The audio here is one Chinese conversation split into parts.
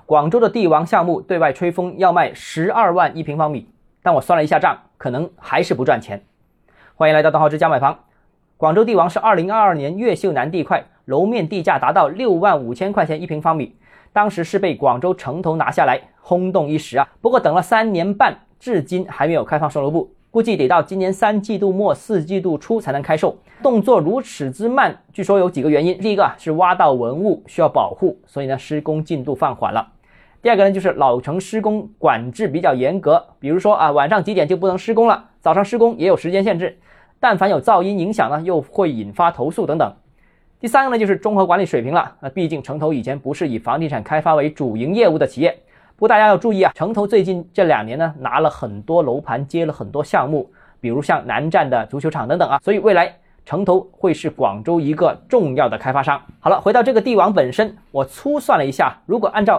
广州的帝王项目对外吹风要卖12万一平方米，但我算了一下账，可能还是不赚钱。欢迎来到邓浩之家买房。广州帝王是2022年越秀南地块，楼面地价达到6万5千块钱一平方米，当时是被广州城投拿下来，轰动一时啊。不过等了3年半，至今还没有开放售楼部，估计得到今年3季度末4季度初才能开售。动作如此之慢，据说有几个原因。第一个是挖到文物需要保护，所以呢施工进度放缓了。第二个呢就是老城施工管制比较严格，比如说晚上几点就不能施工了，早上施工也有时间限制，但凡有噪音影响呢又会引发投诉等等。第三个呢就是综合管理水平了，毕竟城投以前不是以房地产开发为主营业务的企业。不过大家要注意啊，城投最近这2年呢拿了很多楼盘，接了很多项目，比如像南站的足球场等等啊，所以未来城投会是广州一个重要的开发商。好了，回到这个地王本身，我粗算了一下，如果按照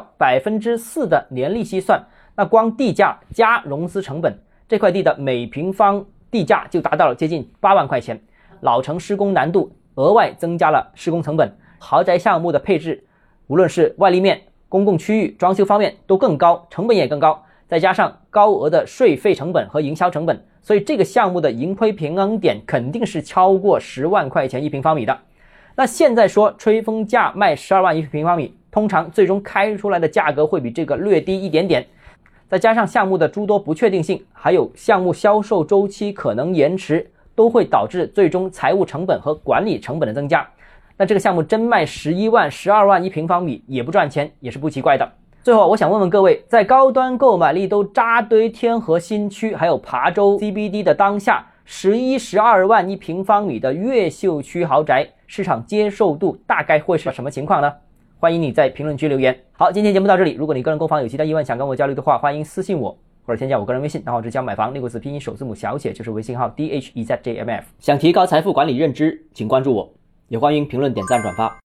4%的年利息算，那光地价加融资成本，这块地的每平方地价就达到了接近8万块钱。老城施工难度额外增加了施工成本，豪宅项目的配置，无论是外立面、公共区域、装修方面都更高，成本也更高，再加上高额的税费成本和营销成本，所以这个项目的盈亏平衡点肯定是超过10万块钱一平方米的。那现在说吹风价卖12万一平方米，通常最终开出来的价格会比这个略低一点点，再加上项目的诸多不确定性，还有项目销售周期可能延迟，都会导致最终财务成本和管理成本的增加。那这个项目真卖11万、12万一平方米也不赚钱，也是不奇怪的。最后我想问问各位，在高端购买力都扎堆天河新区还有琶洲 CBD 的当下，11、12万一平方米的越秀区豪宅市场接受度大概会是什么情况呢？欢迎你在评论区留言。好，今天节目到这里，如果你个人购房有其他疑问想跟我交流的话，欢迎私信我或者添加我个人微信，邓浩之家买房6个字拼音首字母小写就是微信号 DHEZJMF。 想提高财富管理认知，请关注我，也欢迎评论点赞转发。